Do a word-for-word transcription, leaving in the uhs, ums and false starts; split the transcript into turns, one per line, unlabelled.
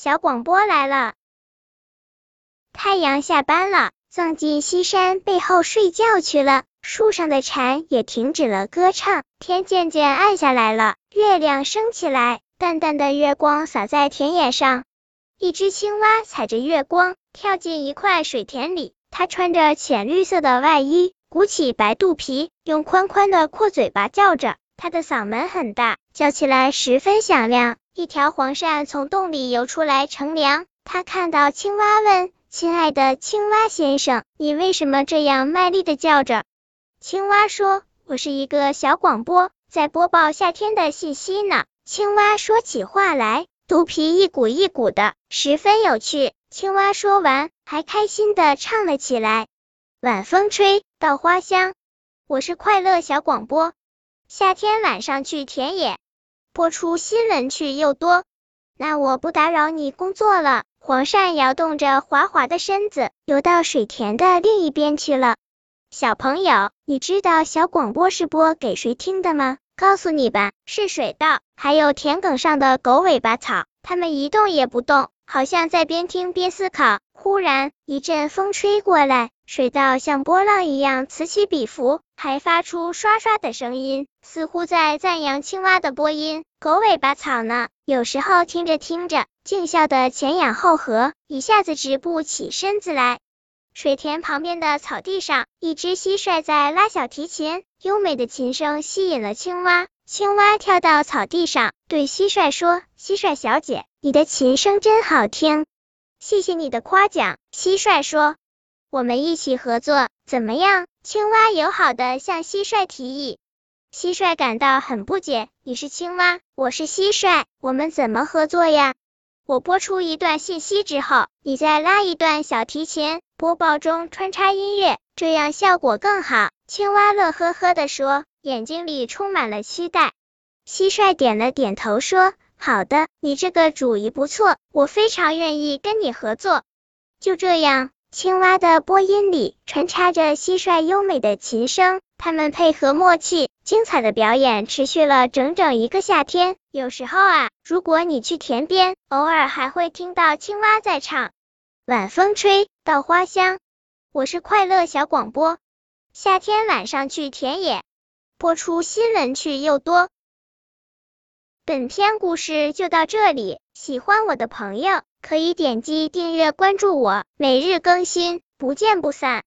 小广播来了。太阳下班了，藏进西山背后睡觉去了，树上的蝉也停止了歌唱，天渐渐暗下来了，月亮升起来，淡淡的月光洒在田野上。一只青蛙踩着月光跳进一块水田里，它穿着浅绿色的外衣，鼓起白肚皮，用宽宽的阔嘴巴叫着，它的嗓门很大，叫起来十分响亮。一条黄鳝从洞里游出来乘凉，它看到青蛙问：亲爱的青蛙先生，你为什么这样卖力的叫着？青蛙说：我是一个小广播，在播报夏天的信息呢。青蛙说起话来肚皮一鼓一鼓的，十分有趣。青蛙说完还开心的唱了起来。晚风吹，稻花香，我是快乐小广播，夏天晚上去田野，播出新闻趣又多。那我不打扰你工作了。黄鳝摇动着滑滑的身子，游到水田的另一边去了。小朋友，你知道小广播是播给谁听的吗？告诉你吧，是水稻，还有田埂上的狗尾巴草，它们一动也不动，好像在边听边思考。忽然，一阵风吹过来，水稻像波浪一样此起彼伏，还发出刷刷的声音，似乎在赞扬青蛙的播音。狗尾巴草呢，有时候听着听着，竟笑得前仰后合，一下子直不起身子来。水田旁边的草地上，一只蟋蟀在拉小提琴，优美的琴声吸引了青蛙。青蛙跳到草地上，对蟋蟀说：蟋蟀小姐，你的琴声真好听。谢谢你的夸奖，蟋蟀说。我们一起合作，怎么样？青蛙友好地向蟋蟀提议。蟋蟀感到很不解，你是青蛙，我是蟋蟀，我们怎么合作呀？我播出一段信息之后，你再拉一段小提琴，播报中穿插音乐，这样效果更好。青蛙乐呵呵地说，眼睛里充满了期待。蟋蟀点了点头说，好的，你这个主意不错，我非常愿意跟你合作。就这样，青蛙的播音里穿插着蟋蟀优美的琴声，他们配合默契，精彩的表演持续了整整一个夏天。有时候啊，如果你去田边，偶尔还会听到青蛙在唱。晚风吹，稻花香，我是快乐小广播，夏天晚上去田野，播出新闻趣又多。本篇故事就到这里，喜欢我的朋友可以点击订阅关注我，每日更新，不见不散。